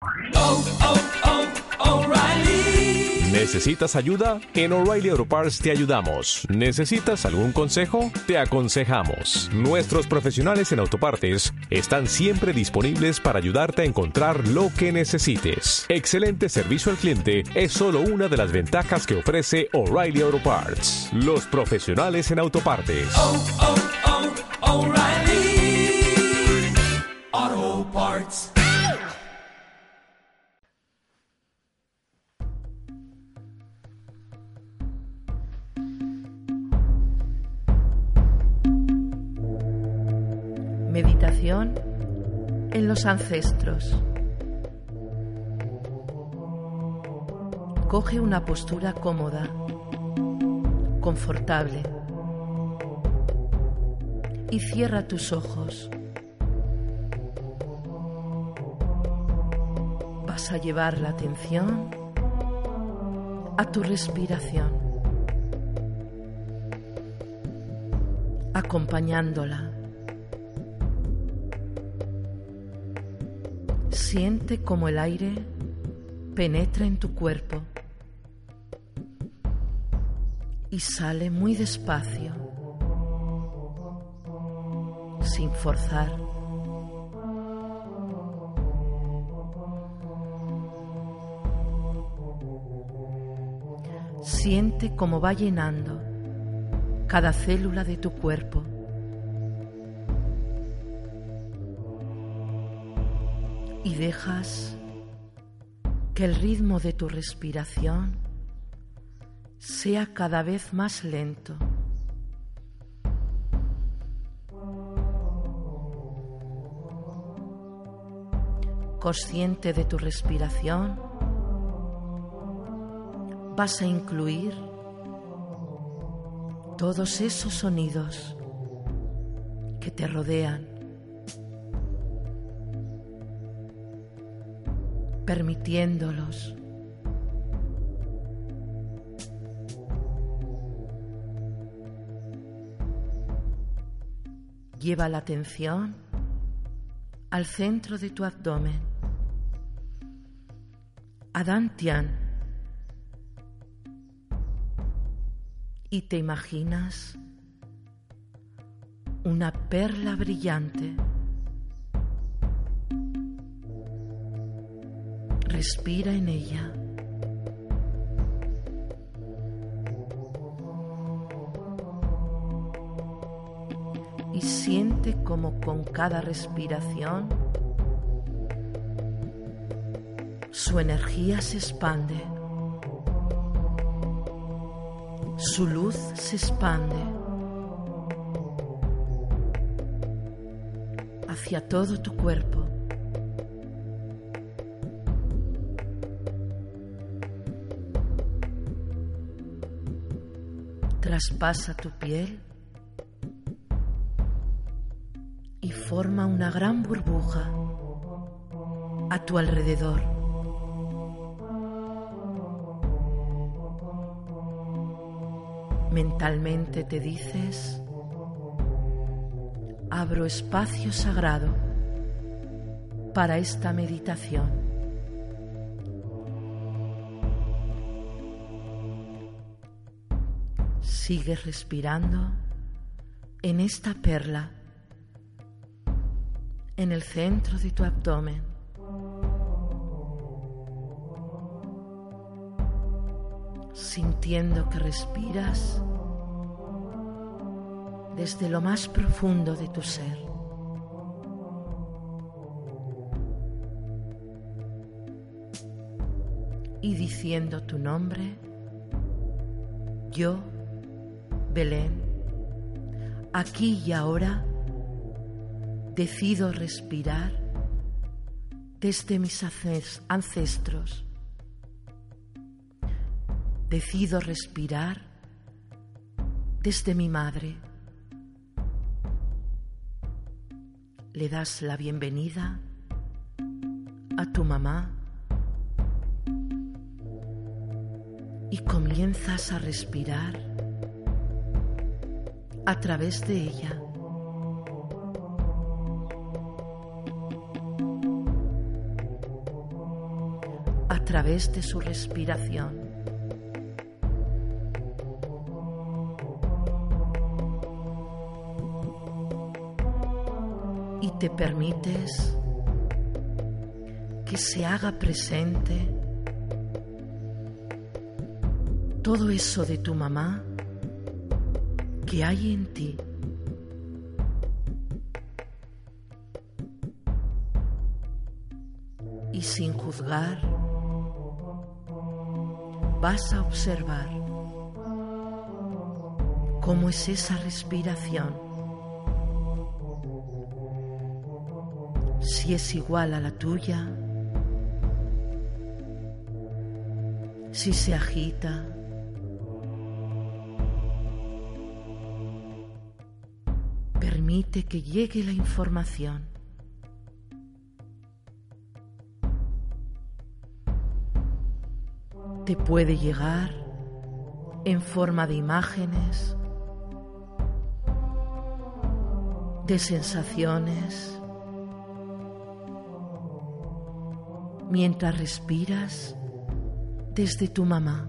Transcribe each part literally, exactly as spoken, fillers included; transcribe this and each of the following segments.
Oh, oh, oh, O'Reilly. ¿Necesitas ayuda? En O'Reilly Auto Parts te ayudamos. ¿Necesitas algún consejo? Te aconsejamos. Nuestros profesionales en autopartes están siempre disponibles para ayudarte a encontrar lo que necesites. Excelente servicio al cliente es solo una de las ventajas que ofrece O'Reilly Auto Parts. Los profesionales en autopartes. Oh, oh, oh, O'Reilly Auto Parts. Meditación en los ancestros. Coge una postura cómoda, confortable y cierra tus ojos. Vas a llevar la atención a tu respiración, acompañándola. Siente cómo el aire penetra en tu cuerpo y sale muy despacio, sin forzar. Siente cómo va llenando cada célula de tu cuerpo. Y dejas que el ritmo de tu respiración sea cada vez más lento. Consciente de tu respiración, vas a incluir todos esos sonidos que te rodean, permitiéndolos. Lleva la atención al centro de tu abdomen, a Dantian, y te imaginas una perla brillante. Respira en ella. Y siente como con cada respiración su energía se expande, su luz se expande hacia todo tu cuerpo. Traspasa tu piel y forma una gran burbuja a tu alrededor. Mentalmente te dices: abro espacio sagrado para esta meditación. Sigues respirando en esta perla, en el centro de tu abdomen. Sintiendo que respiras desde lo más profundo de tu ser. Y diciendo tu nombre: yo, Belén, aquí y ahora decido respirar desde mis ancestros. Decido respirar desde mi madre. Le das la bienvenida a tu mamá y comienzas a respirar a través de ella. a través de su respiración. Y te permites que se haga presente todo eso de tu mamá que hay en ti. Y sin juzgar, vas a observar cómo es esa respiración. Si es igual a la tuya, si se agita, permite que llegue la información. Te puede llegar en forma de imágenes, de sensaciones, mientras respiras desde tu mamá,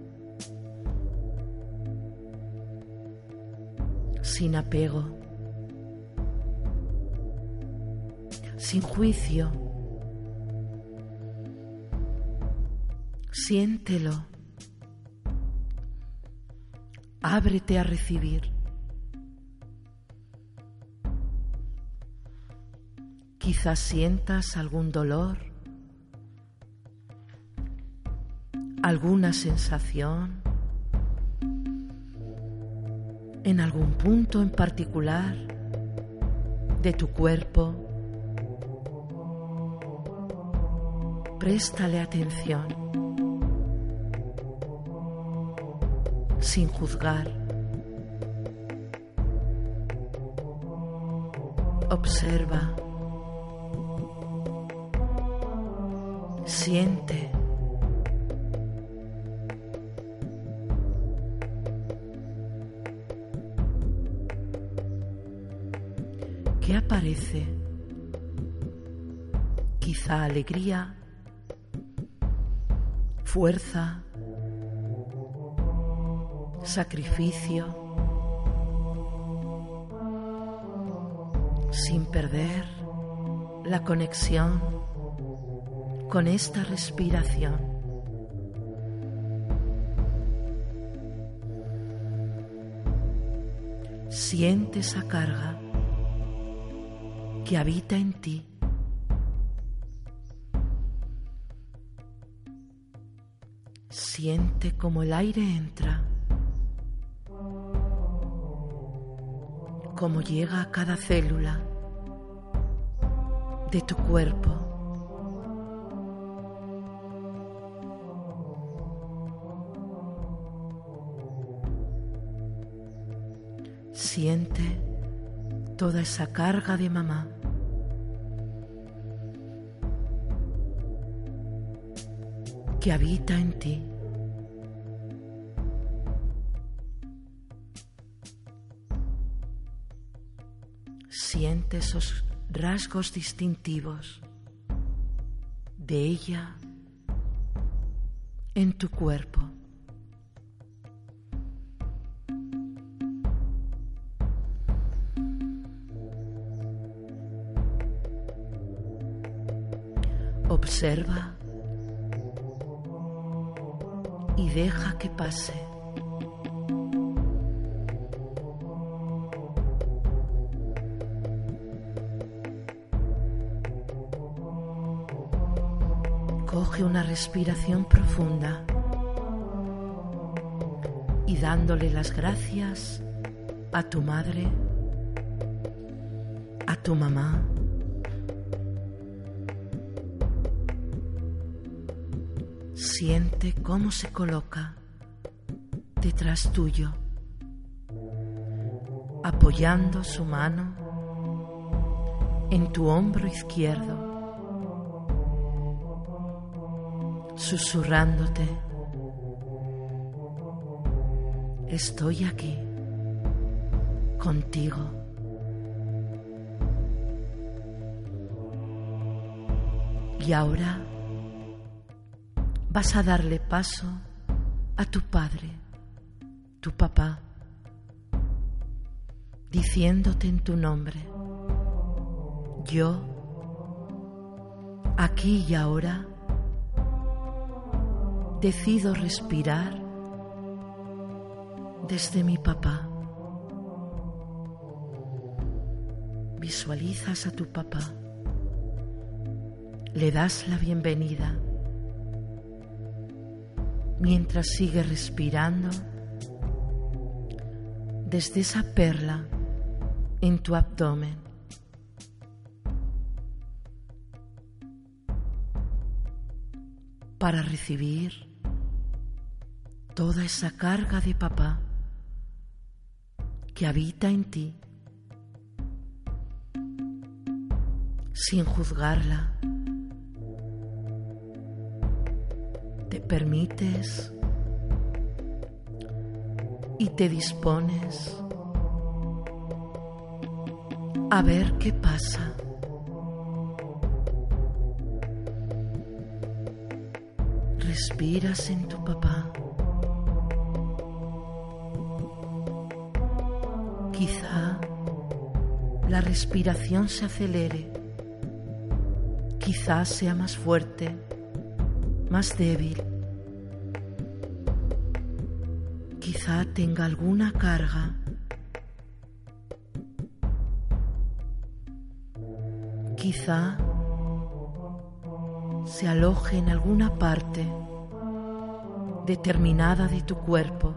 sin apego, sin juicio. Siéntelo. Ábrete a recibir. Quizás sientas algún dolor, alguna sensación en algún punto en particular de tu cuerpo. Préstale atención, sin juzgar. Observa, siente. ¿Qué aparece? Quizá alegría, fuerza, sacrificio, sin perder la conexión con esta respiración. Siente esa carga que habita en ti. Siente como el aire entra, cómo llega a cada célula de tu cuerpo. Siente toda esa carga de mamá. Que habita en ti. Siente esos rasgos distintivos de ella en tu cuerpo. Observa y deja que pase. Coge una respiración profunda y dándole las gracias a tu madre, a tu mamá, siente cómo se coloca detrás tuyo, apoyando su mano en tu hombro izquierdo, susurrándote: estoy aquí, contigo. Y ahora vas a darle paso a tu padre, tu papá, diciéndote en tu nombre: yo, aquí y ahora, decido respirar desde mi papá. Visualizas a tu papá, le das la bienvenida, mientras sigue respirando desde esa perla en tu abdomen. Para recibir toda esa carga de papá que habita en ti, sin juzgarla. Te permites y te dispones a ver qué pasa. Respiras en tu papá. Quizá la respiración se acelere, quizá sea más fuerte, más débil, quizá tenga alguna carga, quizá se aloje en alguna parte determinada de tu cuerpo.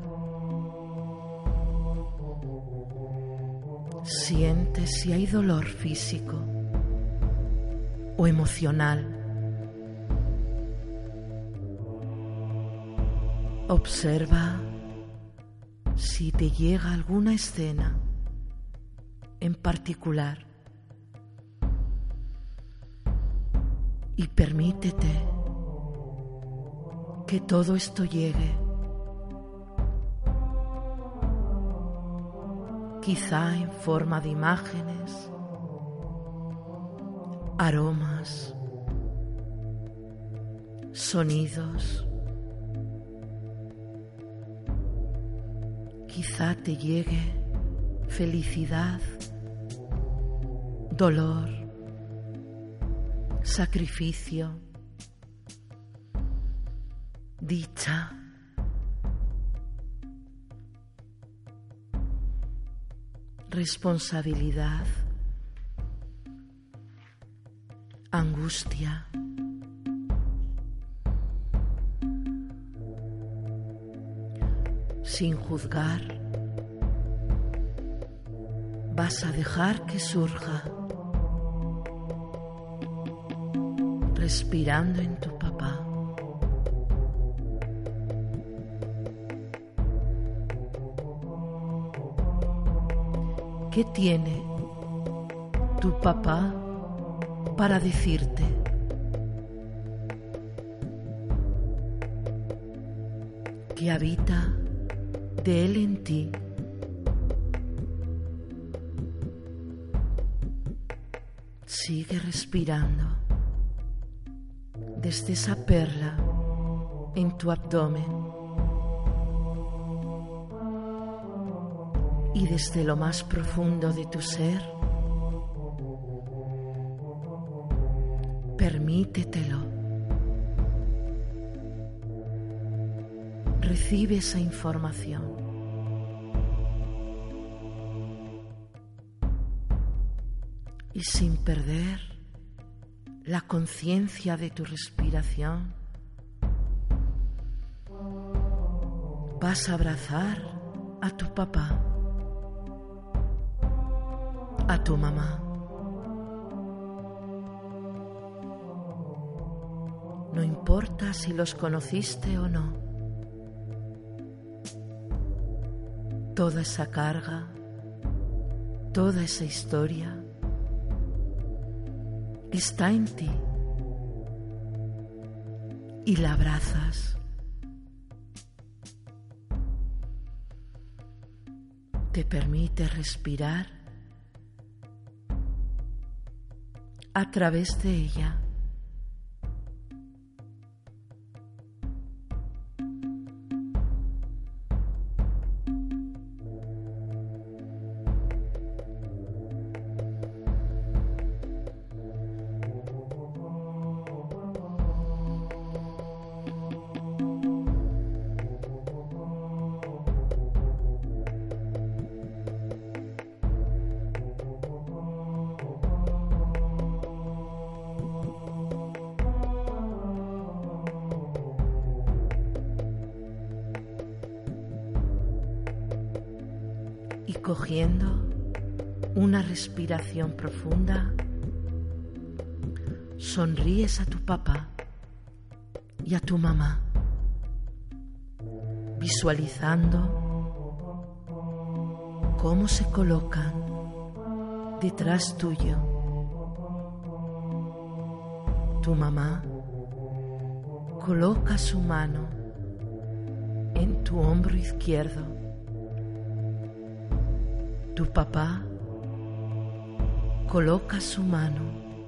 Siente si hay dolor físico o emocional. Observa si te llega alguna escena en particular y permítete que todo esto llegue. Quizá en forma de imágenes, aromas, sonidos. Quizá te llegue felicidad, dolor, sacrificio, dicha. Responsabilidad, angustia, sin juzgar, vas a dejar que surja, respirando en tu papá. ¿Qué tiene tu papá para decirte? ¿Qué habita de él en ti? Sigue respirando desde esa perla en tu abdomen. Y desde lo más profundo de tu ser, permítetelo. Recibe esa información. Y sin perder la conciencia de tu respiración, vas a abrazar a tu papá, a tu mamá. No importa si los conociste o no. Toda esa carga, toda esa historia está en ti y la abrazas. Te permite respirar a través de ella. cogiendo una respiración profunda, sonríes a tu papá y a tu mamá, visualizando cómo se colocan detrás tuyo. Tu mamá coloca su mano en tu hombro izquierdo. Tu papá coloca su mano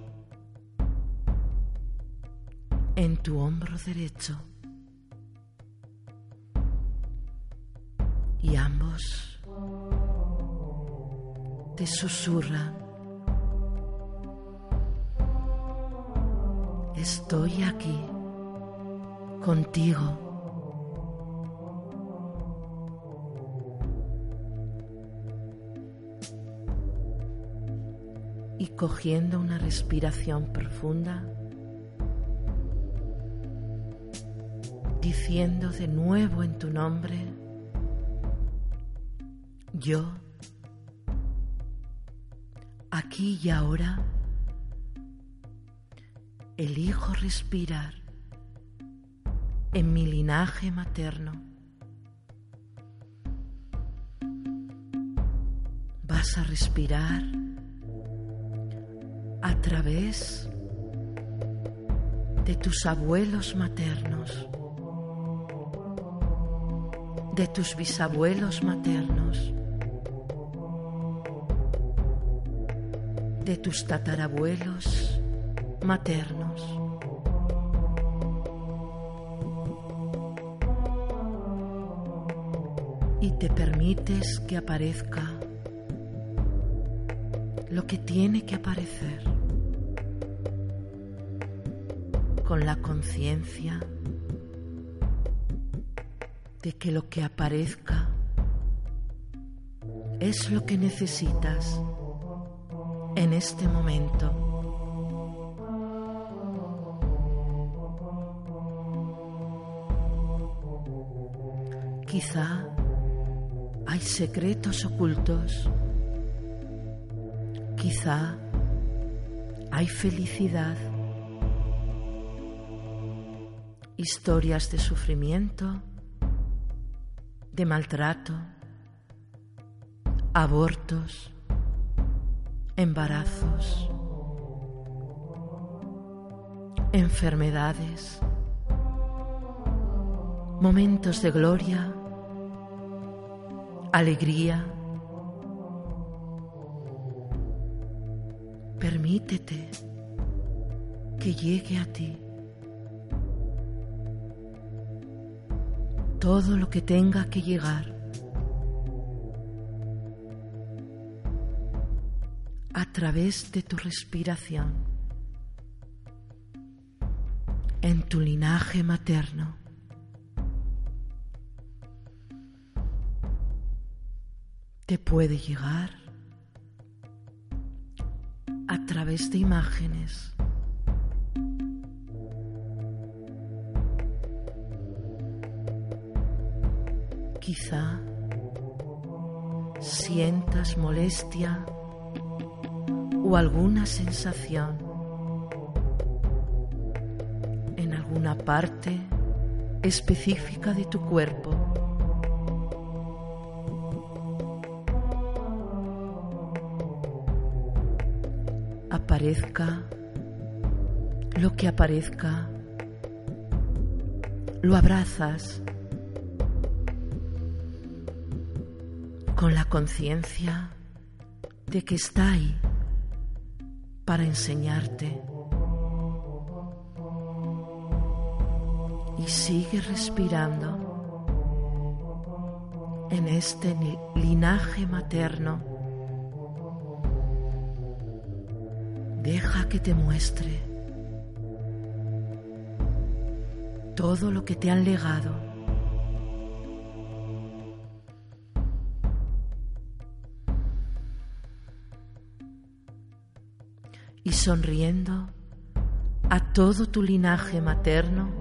en tu hombro derecho y ambos te susurran: estoy aquí contigo. Y cogiendo una respiración profunda, diciendo de nuevo en tu nombre: yo, aquí y ahora, elijo respirar en mi linaje materno. Vas a respirar a través de tus abuelos maternos, de tus bisabuelos maternos, de tus tatarabuelos maternos. Y te permites que aparezca lo que tiene que aparecer, con la conciencia de que lo que aparezca es lo que necesitas en este momento. Quizá hay secretos ocultos, quizá hay felicidad, historias de sufrimiento, de maltrato, abortos, embarazos, enfermedades, momentos de gloria, alegría. Permítete que llegue a ti todo lo que tenga que llegar a través de tu respiración en tu linaje materno. Te puede llegar a través de imágenes, quizá sientas molestia o alguna sensación en alguna parte específica de tu cuerpo. Aparezca lo que aparezca, lo abrazas con la conciencia de que está ahí para enseñarte, y sigue respirando en este linaje materno. Deja que te muestre todo lo que te han legado. Y sonriendo a todo tu linaje materno,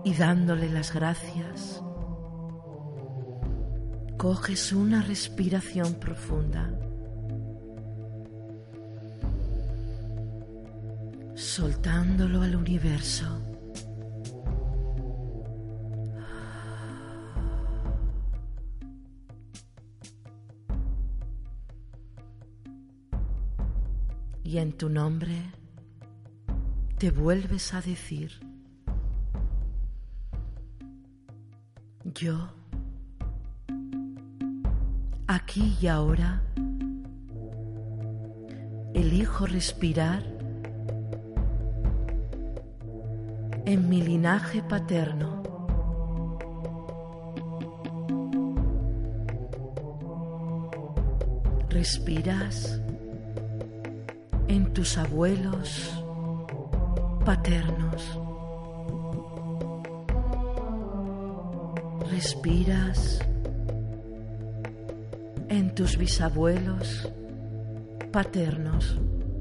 y dándole las gracias, coges una respiración profunda, soltándolo al universo. Y en tu nombre te vuelves a decir: yo, aquí y ahora, elijo respirar en mi linaje paterno. Respiras en tus abuelos paternos. Respiras en tus bisabuelos paternos.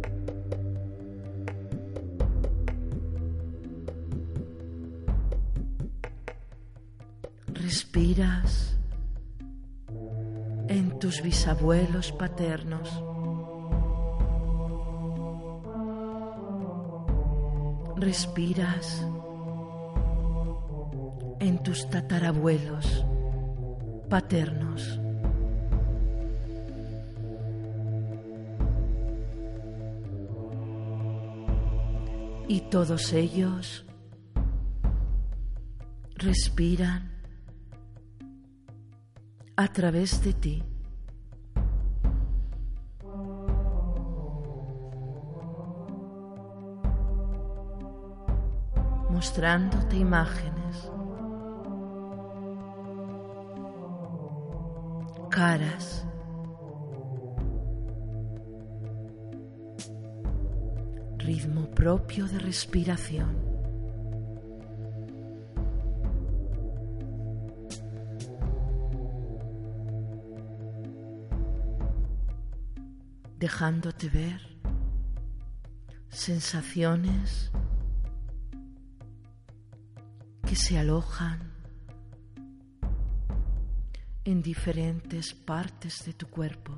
Respiras en tus bisabuelos paternos. Respiras en tus tatarabuelos paternos. Y todos ellos respiran a través de ti. Mostrándote imágenes, caras, ritmo propio de respiración. Dejándote ver sensaciones que se alojan en diferentes partes de tu cuerpo.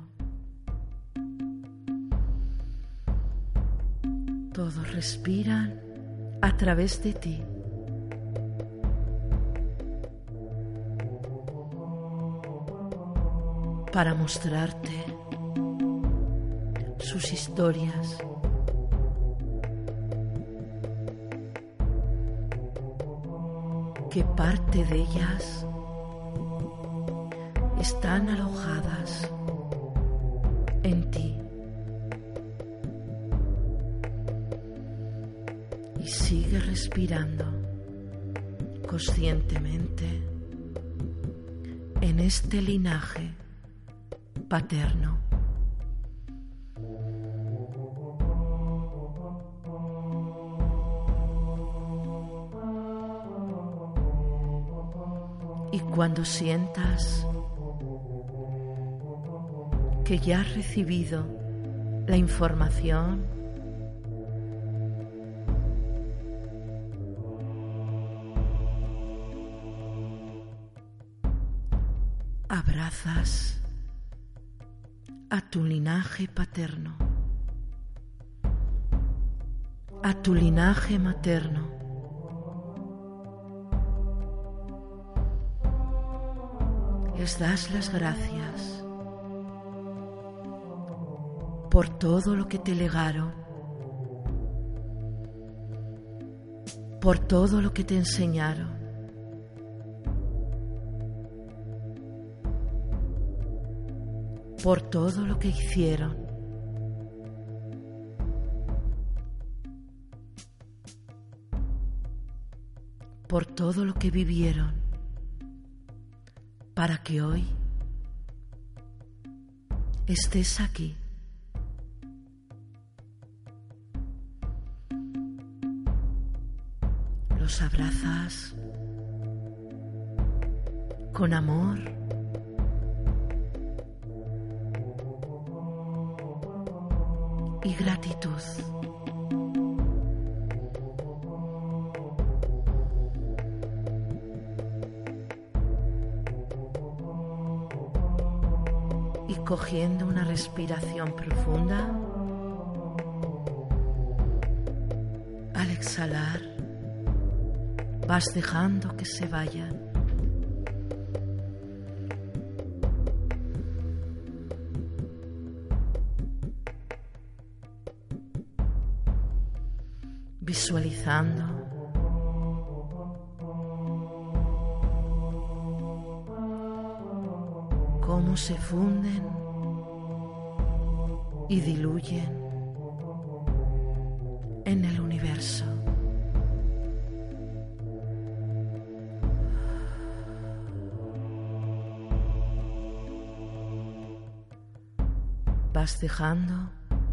Todos respiran a través de ti. Para mostrarte sus historias. Que parte de ellas están alojadas en ti. Y sigue respirando conscientemente en este linaje paterno. Y cuando sientas que ya has recibido la información, abrazas a tu linaje paterno, a tu linaje materno. Les das las gracias por todo lo que te legaron, por todo lo que te enseñaron, por todo lo que hicieron, por todo lo que vivieron, para que hoy estés aquí. Los abrazas con amor y gratitud. Y cogiendo una respiración profunda, al exhalar, vas dejando que se vayan. Visualizando cómo se funden y diluyen en el universo. Vas dejando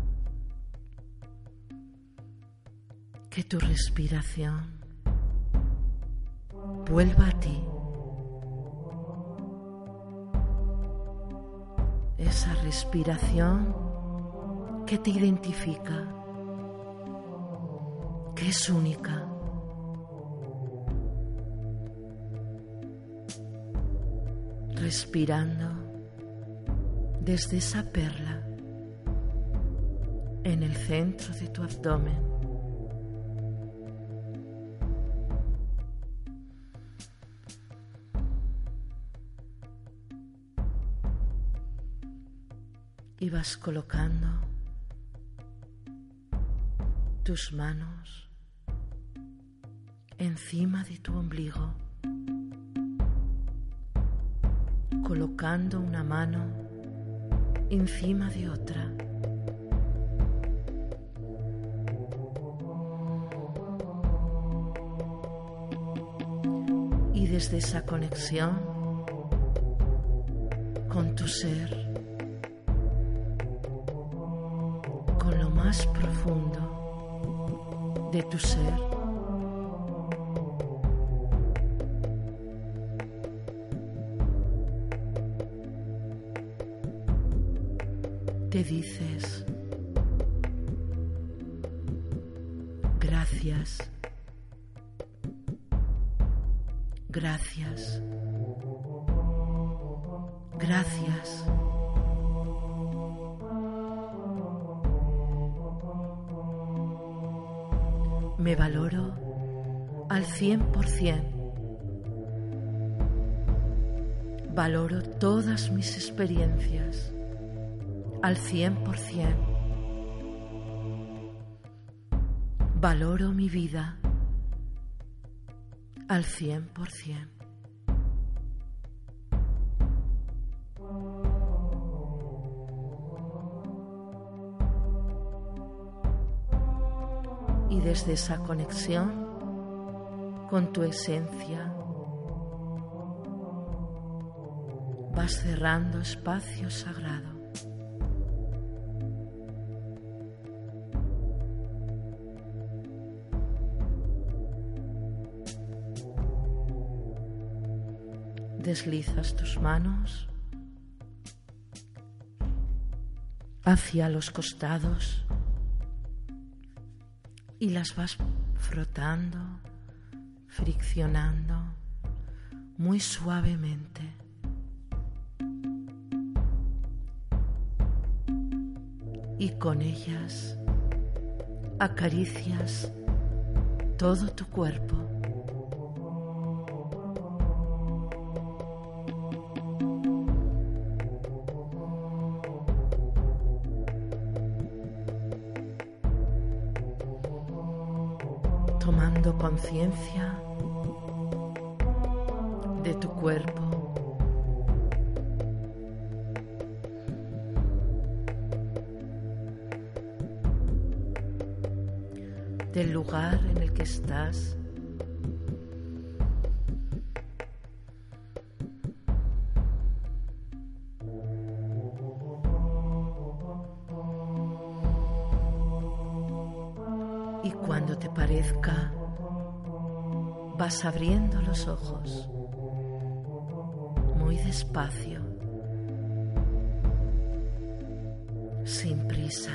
que tu respiración vuelva a ti. Esa respiración que te identifica, que es única. Respirando desde esa perla en el centro de tu abdomen. Y vas colocando tus manos encima de tu ombligo, colocando una mano encima de otra. Y desde esa conexión con tu ser, más profundo de tu ser, te dices gracias, gracias, gracias. Me valoro al cien por cien. Valoro todas mis experiencias al cien por cien. Valoro mi vida al cien por cien. Y desde esa conexión con tu esencia vas cerrando espacio sagrado. Deslizas tus manos hacia los costados y las vas frotando, friccionando muy suavemente. Y con ellas acaricias todo tu cuerpo. Tomando conciencia de tu cuerpo, del lugar en el que estás, y cuando te parezca, vas abriendo los ojos muy despacio, sin prisa.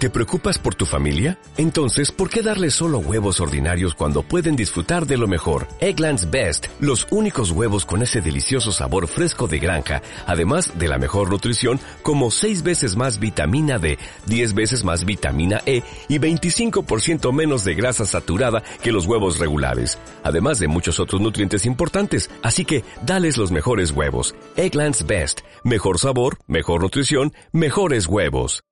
¿Te preocupas por tu familia? Entonces, ¿por qué darles solo huevos ordinarios cuando pueden disfrutar de lo mejor? Eggland's Best, los únicos huevos con ese delicioso sabor fresco de granja, además de la mejor nutrición, como seis veces más vitamina D, diez veces más vitamina E y veinticinco por ciento menos de grasa saturada que los huevos regulares, además de muchos otros nutrientes importantes. Así que, dales los mejores huevos. Eggland's Best, mejor sabor, mejor nutrición, mejores huevos.